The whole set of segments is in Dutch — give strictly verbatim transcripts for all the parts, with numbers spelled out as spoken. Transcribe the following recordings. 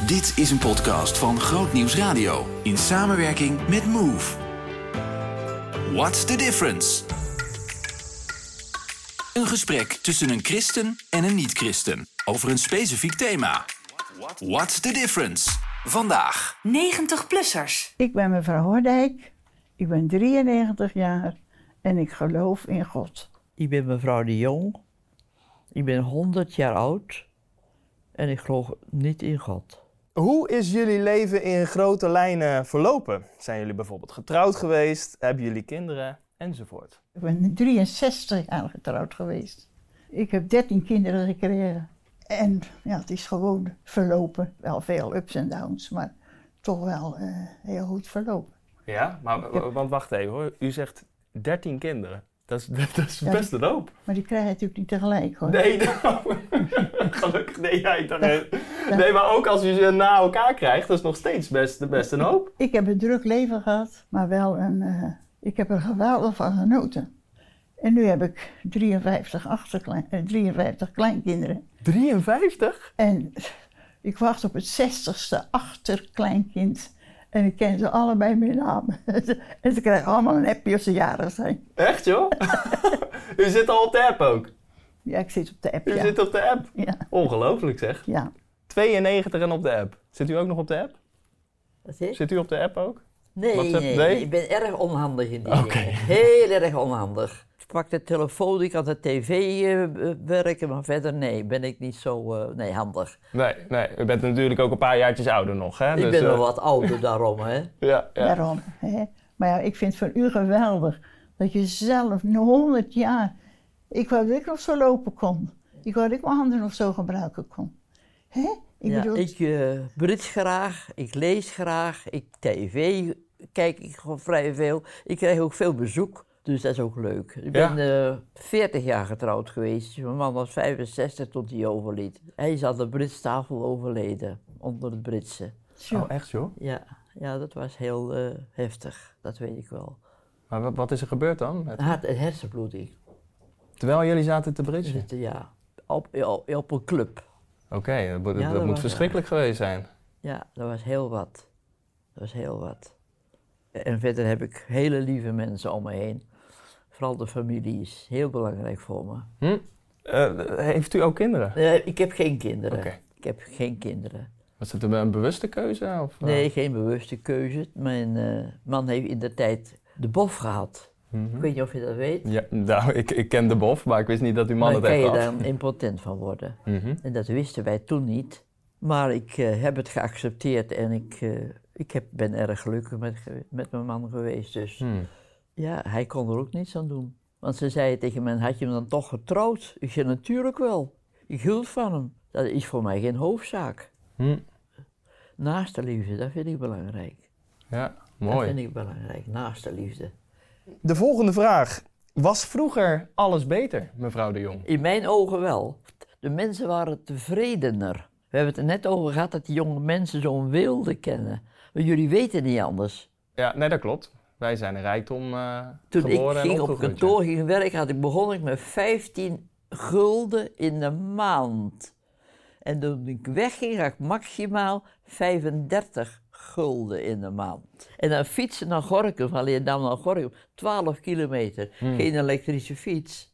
Dit is een podcast van Groot Nieuws Radio in samenwerking met Move. What's the difference? Een gesprek tussen een christen en een niet-christen over een specifiek thema. What's the difference? Vandaag. negentig-plussers. Ik ben mevrouw Hordijk, ik ben drieënnegentig jaar en ik geloof in God. Ik ben mevrouw de Jong, ik ben honderd jaar oud en ik geloof niet in God. Hoe is jullie leven in grote lijnen verlopen? Zijn jullie bijvoorbeeld getrouwd geweest? Hebben jullie kinderen? Enzovoort. Ik ben drieënzestig jaar getrouwd geweest. Ik heb dertien kinderen gekregen. En ja, het is gewoon verlopen. Wel veel ups en downs, maar toch wel uh, heel goed verlopen. Ja, maar heb... want wacht even hoor. U zegt dertien kinderen. Dat is, dat is ja, best een hoop. Maar die krijg je natuurlijk niet tegelijk hoor. Nee, nou, gelukkig nee, ja, ik dacht, nee, maar ook als je ze na elkaar krijgt, dat is nog steeds best, best een hoop. Ik, ik heb een druk leven gehad, maar wel een, uh, ik heb er geweldig van genoten. En nu heb ik drieënvijftig, achterklein, uh, drieënvijftig kleinkinderen. drieënvijftig? En ik wacht op het zestigste achterkleinkind. En ik ken ze allebei met naam. En ze krijgen allemaal een appje als ze jarig zijn. Echt joh? U zit al op de app ook? Ja, ik zit op de app, U ja. zit op de app? Ja. Ongelooflijk zeg. Ja. tweeënnegentig en op de app. Zit u ook nog op de app? Wat is? Zit u op de app ook? Nee, WhatsApp? nee, nee, nee, ik ben erg onhandig in die Oké. dingen. Heel erg onhandig. Ik pak de telefoon, ik kan de tv uh, werken, maar verder nee, ben ik niet zo uh, nee, handig. Nee, nee, u bent natuurlijk ook een paar jaartjes ouder nog, hè? Ik dus, ben uh... wel wat ouder daarom, hè. Ja, ja. Daarom. Hè? Maar ja, ik vind het van u geweldig dat je zelf honderd jaar... Ik wou dat ik nog zo lopen kon. Ik wou dat ik mijn handen nog zo gebruiken kon. Hè? Ik ja, bedoel... ik uh, brits graag, ik lees graag, ik tv kijk ik gewoon vrij veel. Ik krijg ook veel bezoek. Dus dat is ook leuk. Ik ben ja. uh, veertig jaar getrouwd geweest. Mijn man was vijfenzestig tot hij overliet. Hij is aan de Britstafel overleden, onder het Britse. Oh, echt joh? Ja, ja dat was heel uh, heftig, dat weet ik wel. Maar wat, wat is er gebeurd dan? Met... Hij had een hersenbloeding. Terwijl jullie zaten te britsen? Ja, op, op, op een club. Oké, okay, dat, ja, dat, dat moet verschrikkelijk ja. geweest zijn. Ja, dat was heel wat. Dat was heel wat. En verder heb ik hele lieve mensen om me heen. Vooral de familie is heel belangrijk voor me. Hm? Uh, heeft u ook kinderen? Nee, ik heb geen kinderen. Okay. Ik heb geen kinderen. Was het een bewuste keuze? Of, uh? Nee, geen bewuste keuze. Mijn uh, man heeft in de tijd de bof gehad. Mm-hmm. Ik weet niet of je dat weet. Ja, nou, ik, ik ken de bof, maar ik wist niet dat uw man maar het heeft gehad. Daar kan je dan impotent van worden. Mm-hmm. En dat wisten wij toen niet. Maar ik uh, heb het geaccepteerd en ik, uh, ik heb, ben erg gelukkig met, met mijn man geweest. Dus mm. ja, hij kon er ook niets aan doen. Want ze zei tegen mij, had je hem dan toch getrouwd? Ik zei, natuurlijk wel. Ik hield van hem. Dat is voor mij geen hoofdzaak. Mm. Naaste liefde, dat vind ik belangrijk. Ja, mooi. Dat vind ik belangrijk, naaste liefde. De volgende vraag. Was vroeger alles beter, mevrouw de Jong? In mijn ogen wel. De mensen waren tevredener. We hebben het er net over gehad dat die jonge mensen zo'n wilde kennen. Maar jullie weten niet anders. Ja, nee, dat klopt. Wij zijn een rijkdom uh, Toen geboren ik ging en op kantoor ging werken, had ik begon ik met vijftien gulden in de maand. En toen ik wegging, had ik maximaal vijfendertig gulden in de maand. En dan fietsen naar Gorinchem, van Leerdam naar Gorinchem, twaalf kilometer. Hmm. Geen elektrische fiets.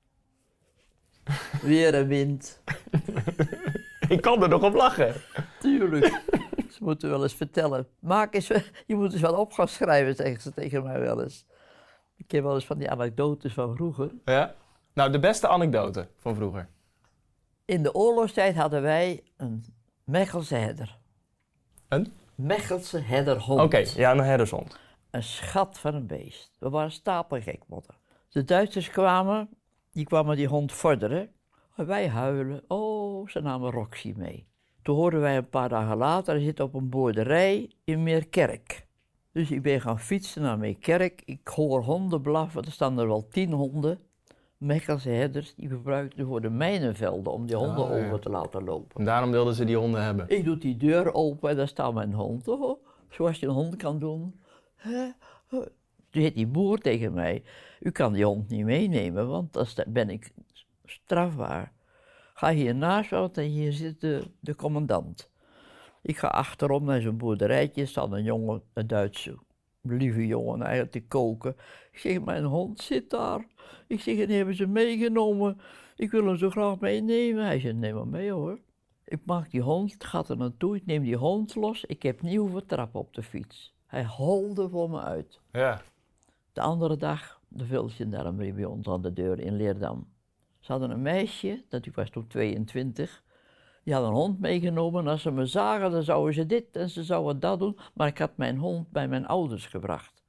Weer een wind. Ik kan er nog op lachen. Tuurlijk. Ze moeten wel eens vertellen. Maak eens, je moet eens wat op gaan schrijven, zeggen ze tegen mij wel eens. Ik heb wel eens van die anekdotes van vroeger. Ja? Nou, de beste anekdote van vroeger. In de oorlogstijd hadden wij een Mechelse herder. Een? Mechelse herderhond. Oké, okay, ja, een herdershond. Een schat van een beest. We waren stapelgek, moeder. De Duitsers kwamen, die kwamen die hond vorderen. En wij huilen. Oh, ze namen Roxy mee. Toen hoorden wij een paar dagen later, hij zit op een boerderij in Meerkerk. Dus ik ben gaan fietsen naar Meerkerk. Ik hoor honden blaffen, er staan er wel tien honden. Mechelse herders, die gebruikten voor de mijnenvelden om die honden oh, ja. over te laten lopen. En daarom wilden ze die honden hebben? Ik doe die deur open en daar staat mijn hond. Oh, zoals je een hond kan doen. Toen zei die boer tegen mij, u kan die hond niet meenemen, want dan ben ik strafbaar. Ga hier naast, want hier zit de, de commandant. Ik ga achterom naar zo'n boerderijtje, staat een jongen, een Duitse, lieve jongen eigenlijk te koken. Ik zeg, mijn hond zit daar. Ik zeg, en hebben ze meegenomen. Ik wil hem zo graag meenemen. Hij zegt, neem maar mee hoor. Ik maak die hond, het gaat er naartoe, ik neem die hond los. Ik heb niet hoeven trappen op de fiets. Hij holde voor me uit. Ja. De andere dag, de Vilsjendarmerie bij ons aan de deur in Leerdam. Ze hadden een meisje, dat ik was toen tweeëntwintig, die had een hond meegenomen. En als ze me zagen, dan zouden ze dit en ze zouden dat doen. Maar ik had mijn hond bij mijn ouders gebracht.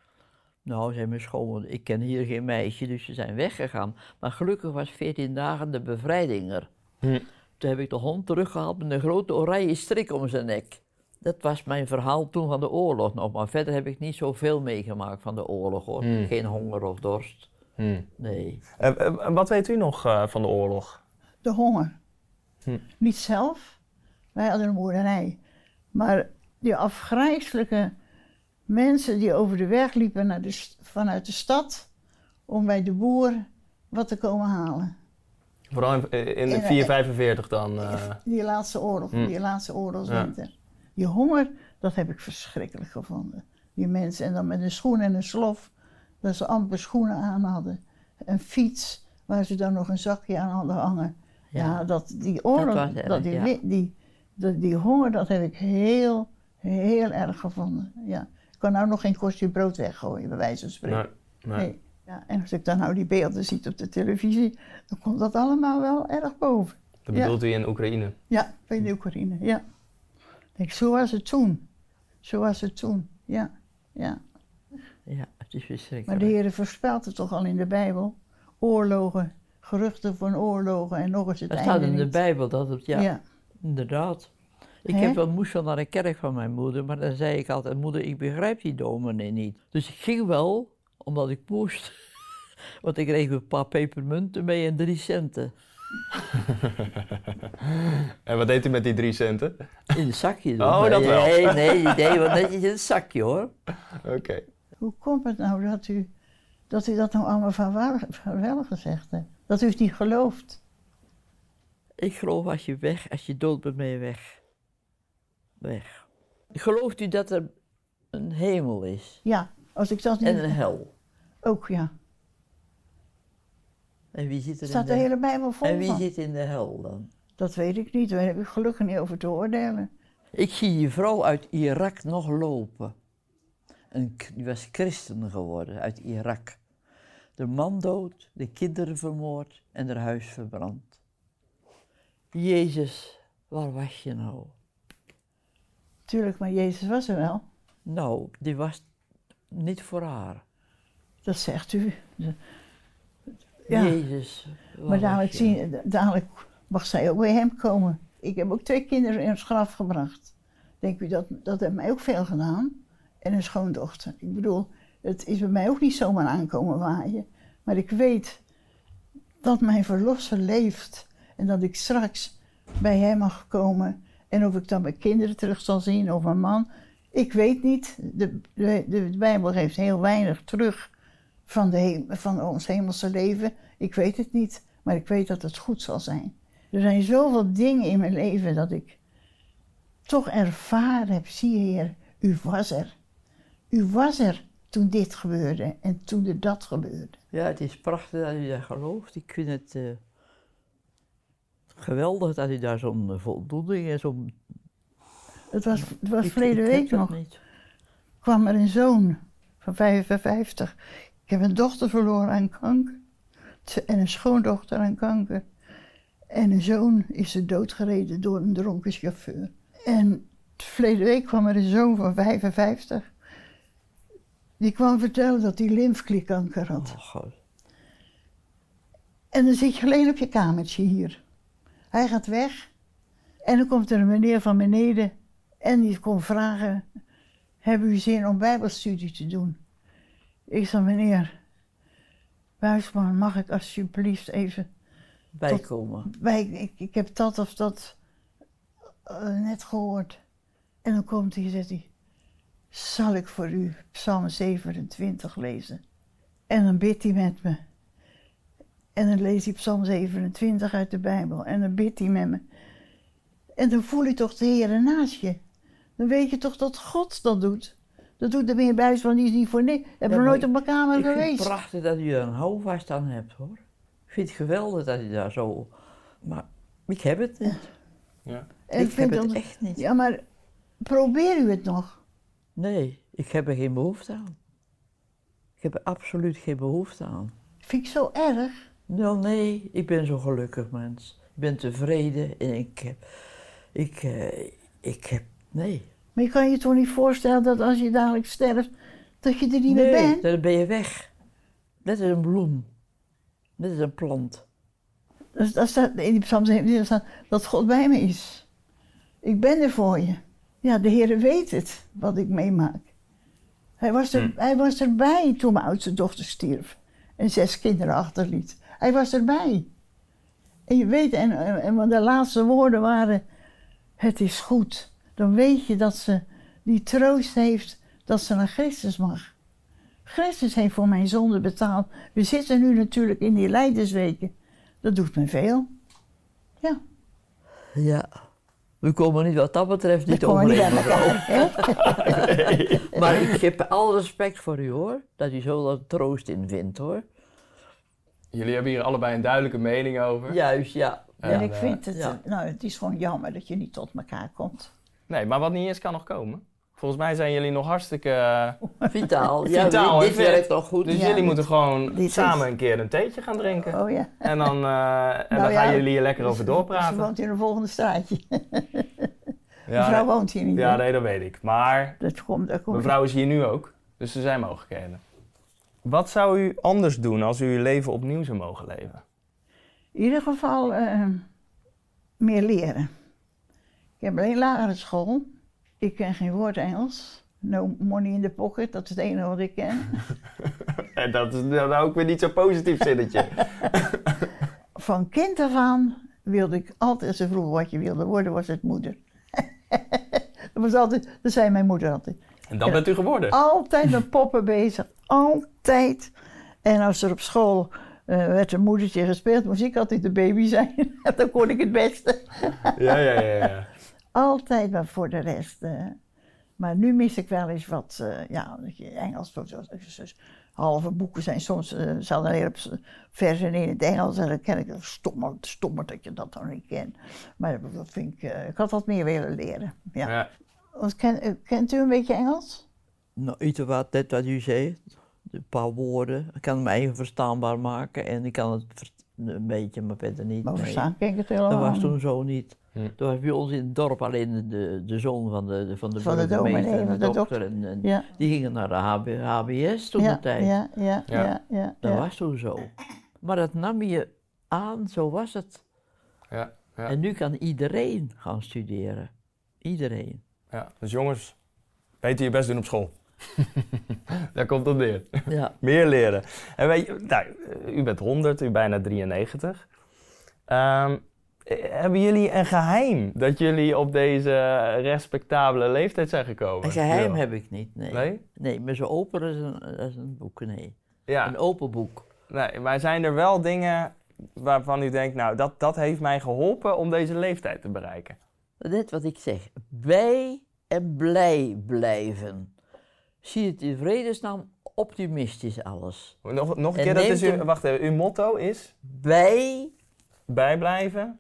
Nou, zei mijn schoonmoeder, ik ken hier geen meisje, dus ze zijn weggegaan. Maar gelukkig was veertien dagen de bevrijding er. Hm. Toen heb ik de hond teruggehaald met een grote oranje strik om zijn nek. Dat was mijn verhaal toen van de oorlog nog. Maar verder heb ik niet zoveel meegemaakt van de oorlog hoor. Hm. Geen honger of dorst. Hm. Nee. Uh, uh, wat weet u nog uh, van de oorlog? De honger. Hm. Niet zelf, wij hadden een boerderij. Maar die afgrijselijke mensen die over de weg liepen naar de st- vanuit de stad om bij de boer wat te komen halen. Vooral in, in, in In, vier vijfenveertig dan? Uh... Die laatste oorlog, Hm. die laatste oorlogswinter. Ja. Die honger, dat heb ik verschrikkelijk gevonden. Die mensen, en dan met een schoen en een slof, dat ze amper schoenen aan hadden. Een fiets, waar ze dan nog een zakje aan hadden hangen. Ja, ja dat, die oorlog, dat erg, dat die, ja. die, die, die, die honger, dat heb ik heel, heel erg gevonden. Ja. Ik kan nou nog geen korstje brood weggooien, bij wijze van spreken. Nee, nee. Nee. Ja, en als ik dan nou die beelden zie op de televisie, dan komt dat allemaal wel erg boven. Dat bedoelt ja. u in Oekraïne? Ja, in de Oekraïne, ja. Ik denk, zo was het toen. Zo was het toen, ja. Ja, ja het is verschrikkelijk. Maar de Heer voorspelt het toch al in de Bijbel. Oorlogen, geruchten van oorlogen en nog eens het dat einde staat in niet. de Bijbel, dat het, ja, ja. inderdaad. Ik He? heb wel moest wel naar de kerk van mijn moeder, maar dan zei ik altijd, moeder, ik begrijp die dominee niet. Dus ik ging wel, omdat ik moest. Want ik kreeg een paar pepermunten mee en drie centen. En wat deed u met die drie centen? In een zakje doen. Oh, nee, dat wel. Nee, nee, die deed wel netjes in een zakje hoor. Oké. Okay. Hoe komt het nou dat u dat, u dat nou allemaal van wel, van wel gezegd hebt? Dat u het niet gelooft? Ik geloof als je weg, als je dood bent, ben je weg. Weg. Gelooft u dat er een hemel is? Ja, als ik dat niet... En een hel? Ook, ja. En wie zit er Staat in de... de hele Bijbel vol En wie van? zit in de hel dan? Dat weet ik niet, daar heb ik gelukkig niet over te oordelen. Ik zie die vrouw uit Irak nog lopen. En die was christen geworden uit Irak. De man dood, de kinderen vermoord en haar huis verbrand. Jezus, waar was je nou? Tuurlijk, maar Jezus was er wel. Nou, die was niet voor haar. Dat zegt u. Ja. Jezus, waar maar dadelijk, was je? zien, dadelijk mag zij ook bij hem komen. Ik heb ook twee kinderen in het graf gebracht. Denk u, dat, dat heeft mij ook veel gedaan. En een schoondochter. Ik bedoel, het is bij mij ook niet zomaar aankomen waaien. Maar ik weet dat mijn verlosser leeft. En dat ik straks bij hem mag komen. En of ik dan mijn kinderen terug zal zien of mijn man. Ik weet niet. De, de, de Bijbel geeft heel weinig terug van, de, van ons hemelse leven. Ik weet het niet. Maar ik weet dat het goed zal zijn. Er zijn zoveel dingen in mijn leven dat ik toch ervaren heb. Zie je, Heer, u was er. U was er toen dit gebeurde en toen er dat gebeurde. Ja, het is prachtig dat u dat gelooft. Ik vind het uh, geweldig dat u daar zo'n uh, voldoening en zo'n... Het was, het was ik, verleden ik week nog. Niet. Kwam er een zoon van vijfenvijftig. Ik heb een dochter verloren aan kanker. En een schoondochter aan kanker. En een zoon is er doodgereden door een dronken chauffeur. En verleden week kwam er een zoon van vijfenvijftig. Die kwam vertellen dat hij lymfeklierkanker had. Oh, God. En dan zit je alleen op je kamertje hier. Hij gaat weg. En dan komt er een meneer van beneden. En die komt vragen, hebben u zin om bijbelstudie te doen? Ik zei, meneer Buisman, mag ik alsjeblieft even bijkomen? Tot, bij, ik, ik heb dat of dat uh, net gehoord. En dan komt hij en zegt hij, zal ik voor u Psalm zevenentwintig lezen? En dan bidt hij met me. En dan leest hij Psalm zevenentwintig uit de Bijbel. En dan bidt hij met me. En dan voel je toch de Heer naast je. Dan weet je toch dat God dat doet. Dat doet de meneer Buisman, die is niet voor niks. Hebben we Ja, nooit maar op mijn kamer Ik vind geweest. het prachtig dat u er een houvast aan hebt, hoor. Ik vind het geweldig dat u daar zo... Maar ik heb het niet. Ja. En ik vind heb het dat- echt niet. Ja, maar probeer u het nog. Nee, ik heb er geen behoefte aan. Ik heb er absoluut geen behoefte aan. Vind ik zo erg. Nou, nee, ik ben zo'n gelukkig mens. Ik ben tevreden en ik heb... Ik, eh, ik heb... Nee. Maar je kan je toch niet voorstellen dat als je dadelijk sterft, dat je er niet nee, meer bent? dan ben je weg. Net als een bloem. Net als een plant. Dus dat staat, in die psalm zevenentwintig staat dat God bij me is. Ik ben er voor je. Ja, de Heer weet het, wat ik meemaak. Hij was, er, Hm. hij was erbij toen mijn oudste dochter stierf. En zes kinderen achterliet. Hij was erbij. En je weet, en, en, en de laatste woorden waren, het is goed. Dan weet je dat ze die troost heeft dat ze naar Christus mag. Christus heeft voor mijn zonde betaald. We zitten nu natuurlijk in die lijdensweken. Dat doet me veel. Ja. Ja. We komen niet wat dat betreft niet We komen niet overeen, bij elkaar, mevrouw. Maar ik heb al respect voor u, hoor. Dat u zo dat troost in vindt, hoor. Jullie hebben hier allebei een duidelijke mening over. Juist, ja. En En, ik eh, vind het, ja. eh, nou, het is gewoon jammer dat je niet tot elkaar komt. Nee, maar wat niet is, kan nog komen. Volgens mij zijn jullie nog hartstikke... eh, Vitaal. Ja, Vitaal, dit, hè, dit fit. werkt nog goed. Dus Ja, jullie dit- moeten gewoon dit is- samen een keer een theetje gaan drinken. Oh ja. En dan, eh, en Nou dan ja, gaan jullie hier lekker over Ze doorpraten. woont in een volgende straatje. Ja, Mevrouw nee, woont hier niet. ja, hè? nee, dat weet ik. Maar Dat komt, dat komt. mevrouw is hier nu ook, dus er zijn mogelijkheden. Wat zou u anders doen als u uw leven opnieuw zou mogen leven? In ieder geval eh, meer leren. Ik heb alleen lagere school. Ik ken geen woord Engels. No money in the pocket, dat is het enige wat ik ken. En dat is dan ook weer niet zo'n positief zinnetje. Van kind af aan wilde ik altijd, als ze vroegen wat je wilde worden, was het moeder. dat was altijd, dat zei mijn moeder altijd. En dat bent u geworden. Altijd met poppen bezig, altijd. En als er op school uh, werd een moedertje gespeeld, moest ik altijd de baby zijn. Dan kon ik het beste. Ja, ja, ja, ja. Altijd, maar voor de rest. Uh, maar nu mis ik wel eens wat, uh, ja, dat je Engels, dus halve boeken zijn soms, uh, ze hadden heel op versen in het Engels en dan ken ik het stommer, stommer dat je dat dan niet kent. Maar dat vind ik, uh, ik had wat meer willen leren. Ja. Ja. Want ken, uh, kent u een beetje Engels? Nou, iets wat, net wat u zei. Een paar woorden. Ik kan hem eigen verstaanbaar maken en ik kan het verst- een beetje, maar verder niet. Maar nee. verstaan ken ik het Dat helemaal was niet. toen zo niet. Hm. Toen was bij ons in het dorp alleen de, de zoon van de, de, van de Van de burgemeester dominee, en van de de dokter. En, en Ja, die gingen naar de H B, H B S toen ja, de tijd. ja, ja, Ja. ja, ja, Dat ja. was toen zo. Maar dat nam je aan, zo was het. Ja, ja, En nu kan iedereen gaan studeren. Iedereen. ja. Dus jongens, beter je best doen op school. Daar komt het neer. Ja. Meer leren. En weet je, nou, u bent honderd, u bijna drieënnegentig. Ehm, hebben jullie een geheim dat jullie op deze respectabele leeftijd zijn gekomen? Een geheim Ja. heb ik niet, nee. Nee? Nee, maar zo open als een, als een boek, nee. Ja, Een open boek. nee, maar zijn er wel dingen waarvan u denkt, nou, dat, dat heeft mij geholpen om deze leeftijd te bereiken? Net wat ik zeg, bij en blij blijven. Zie het in vredesnaam optimistisch alles. Nog, nog een En keer, dat neemt is uw, hem- wacht even, uw motto is Bij bijblijven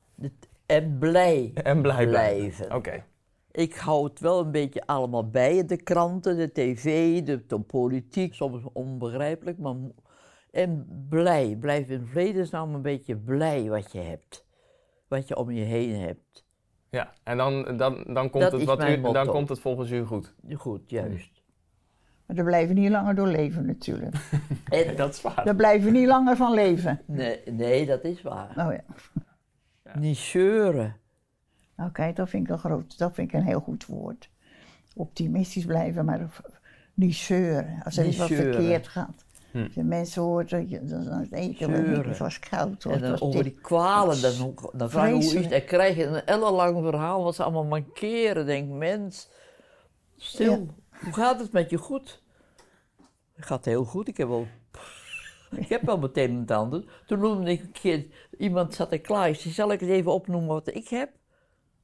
en blij en blij blijven. blijven. Oké. Ik hou het wel een beetje allemaal bij, de kranten, de tv, de, de politiek, soms onbegrijpelijk, maar mo- en blij. Blijf in vredesnaam een beetje blij wat je hebt, wat je om je heen hebt. Ja, en dan, dan, dan, komt Dat het is wat mijn u, dan motto. komt het volgens u goed. Goed, juist. Maar daar blijven we niet langer door leven natuurlijk. En, Dat is waar. Daar blijven we niet langer van leven. nee, nee, dat is waar. Nou ja. Niet zeuren. Nou kijk, dat vind ik een groot, dat vind ik een heel goed woord. Optimistisch blijven, maar niet zeuren. Als er Niet iets wat zeuren. verkeerd gaat. Hm. Als je mensen hoort dat je dan dan het eten Zeuren. niet, het was koud. Hoor, En het dan was over dit. die kwalen, dan, dan vraag je hoe is het, Vreselijk. en krijg je een ellenlang verhaal wat ze allemaal mankeren. Denk, mens, stil, Ja. hoe gaat het met je goed? Het gaat heel goed, ik heb wel, ik heb wel meteen een tanden. Toen noemde ik een keer, iemand zat er klaar, ik zei, zal ik eens even opnoemen wat ik heb?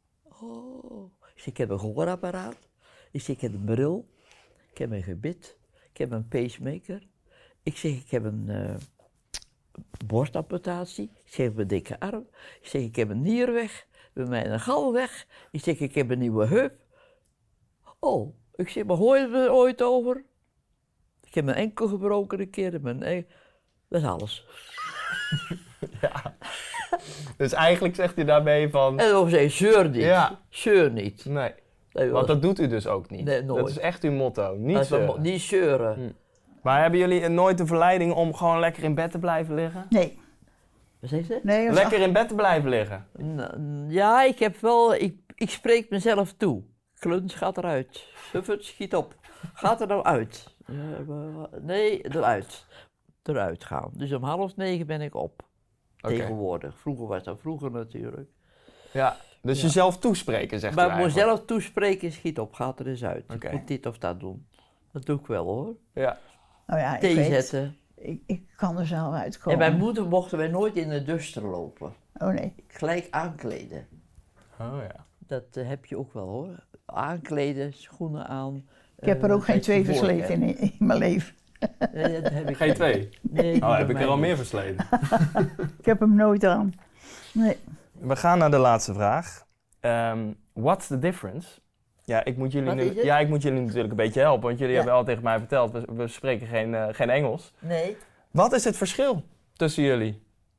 Oh. Ik zeg, ik heb een gehoorapparaat. Ik zeg, ik heb een bril. Ik heb een gebit. Ik heb een pacemaker. Ik zeg, ik heb een uh, borstamputatie. Ik zeg, ik heb een dikke arm. Ik zeg, ik heb een nier weg. Bij mij een gal weg. Ik zeg, ik heb een nieuwe heup. Oh, ik zeg, maar hoor je er ooit over? Ik heb mijn enkel gebroken een keer. Mijn en... Dat is alles. Ja. Dus eigenlijk zegt u daarmee van... En dan zei zeur niet. Ja. Zeur niet. Nee. Nee, Want dat doet u dus ook niet. Nee, nooit. Dat is echt uw motto. Niet Dat zeuren. Niet zeuren. Hm. Maar hebben jullie nooit de verleiding om gewoon lekker in bed te blijven liggen? Nee. Wat zei ze? nee als Lekker in bed te blijven liggen? N- Ja, ik heb wel... Ik, ik spreek mezelf toe. Kluns, gaat eruit. Suffert, schiet op. Gaat er nou uit? Uh, nee, eruit. Eruit gaan. Dus om half negen ben ik op. Okay. Tegenwoordig. Vroeger was dat vroeger natuurlijk. Ja, dus Ja. jezelf toespreken, zegt Maar u eigenlijk. mezelf toespreken, schiet op. Gaat er eens uit. Okay. Ik moet dit of dat doen. Dat doe ik wel hoor. Ja. Nou ja, ik Thee weet, zetten. ik, ik kan er zelf En uitkomen. mijn moeder mochten wij nooit in de duster lopen. Oh nee. Gelijk aankleden. Oh ja. Dat uh, heb je ook wel hoor. Aankleden, schoenen aan. Ik heb er ook geen twee versleten in, in mijn leven. Nee, dat heb ik Geen twee? Nee, Oh, heb ik bij er al mij meer niet. versleten. Ik heb hem nooit aan. Nee. We gaan naar de laatste vraag. Um, what's the difference? Ja ik, moet jullie Wat nu, is het? ja, ik moet jullie natuurlijk een beetje helpen, want jullie Ja. hebben al tegen mij verteld, we, we spreken geen, uh, geen Engels. Nee. Wat is het verschil tussen jullie?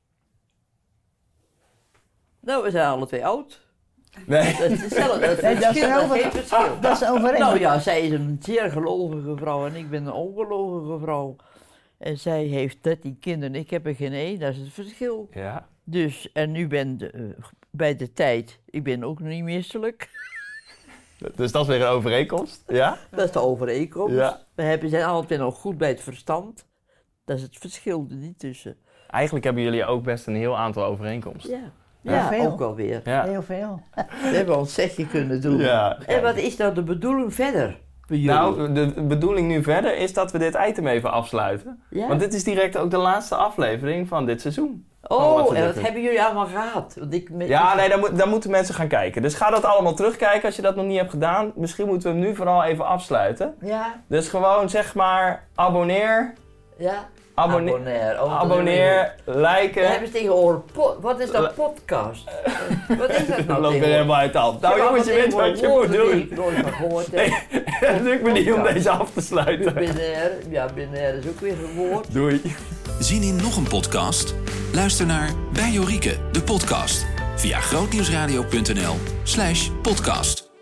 Nou, we zijn alle twee oud. Nee. Dat is hetzelfde. Dat is Nee, dat is verschil, een dat over- is geen verschil. Dat is overeen. Nou ja, zij is een zeer gelovige vrouw en ik ben een ongelovige vrouw. En zij heeft dertien kinderen en ik heb er geen één, dat is het verschil. Ja. Dus, en u bent uh, bij de tijd, ik ben ook niet misselijk. Dus dat is weer een overeenkomst? Ja? Dat is de overeenkomst. Ja. We hebben, zijn altijd nog goed bij het verstand. Dat is het verschil er niet tussen. Eigenlijk hebben jullie ook best een heel aantal overeenkomsten. Ja, Ja, ja, veel. ook alweer. Ja. Heel veel. We hebben ons zegje kunnen doen. Ja, En wat is nou de bedoeling verder bij jullie? Nou, de bedoeling nu verder is dat we dit item even afsluiten. ja? Want dit is direct ook de laatste aflevering van dit seizoen. Oh, Oh, wat en wat leuk. hebben jullie allemaal gehad? Want ik, met- Ja, nee, dan, moet, dan moeten mensen gaan kijken. Dus ga dat allemaal terugkijken als je dat nog niet hebt gedaan. Misschien moeten we hem nu vooral even afsluiten. Ja, Dus gewoon zeg maar abonneer, ja. abonneer, Abonneer. Oh, abonneer, Dan liken. hebben ze tegenwoordig... Po- wat is dat podcast? Eh, wat is dat Dat nou loopt weer tegenwoordig? helemaal uit de hand. Nou jongens, je weet wat je moet doen. Ik nooit van gehoord heb. Nee, het lukt me niet om deze af te sluiten. Binair, ja, binair is ook weer een woord. Doei. Zin in nog een podcast? Luister naar Bij Jorike, de podcast. Via grootnieuwsradio punt n l slash podcast.